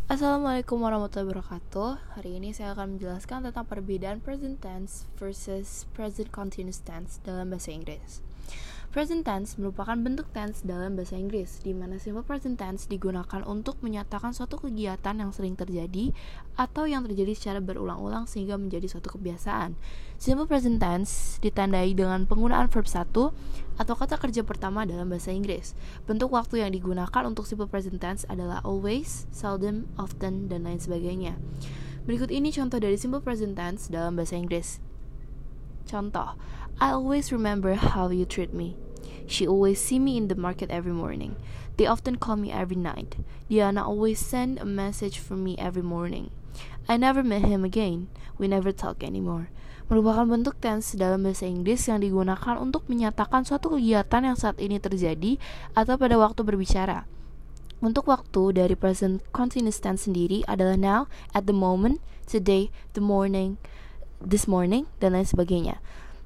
Assalamualaikum warahmatullahi wabarakatuh. Hari ini saya akan menjelaskan tentang perbedaan present tense versus present continuous tense dalam bahasa Inggris. Present tense merupakan bentuk tense dalam bahasa Inggris, di mana simple present tense digunakan untuk menyatakan suatu kegiatan yang sering terjadi atau yang terjadi secara berulang-ulang sehingga menjadi suatu kebiasaan. Simple present tense ditandai dengan penggunaan verb 1 atau kata kerja pertama dalam bahasa Inggris. Bentuk waktu yang digunakan untuk simple present tense adalah always, seldom, often, dan lain sebagainya. Berikut ini contoh dari simple present tense dalam bahasa Inggris. Contoh, I always remember how you treat me. She always see me in the market every morning. They often call me every night. Diana always send a message for me every morning. I never met him again. We never talk anymore. Merupakan bentuk tense dalam bahasa Inggris yang digunakan untuk menyatakan suatu kegiatan yang saat ini terjadi atau pada waktu berbicara. Untuk waktu dari present continuous tense sendiri adalah now, at the moment, today, the morning, this morning, dan lain sebagainya.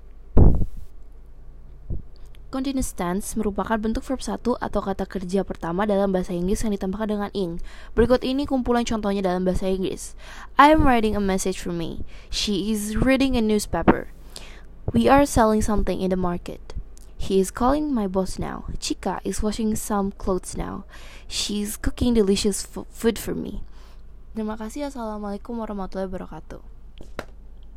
Continuous tense merupakan bentuk verb 1 atau kata kerja pertama dalam bahasa Inggris yang ditambahkan dengan ing. Berikut ini kumpulan contohnya dalam bahasa Inggris. I am writing a message for me. She is reading a newspaper. We are selling something in the market. He is calling my boss now. Chica is washing some clothes now. She is cooking delicious food for me. Terima kasih. Assalamualaikum warahmatullahi wabarakatuh.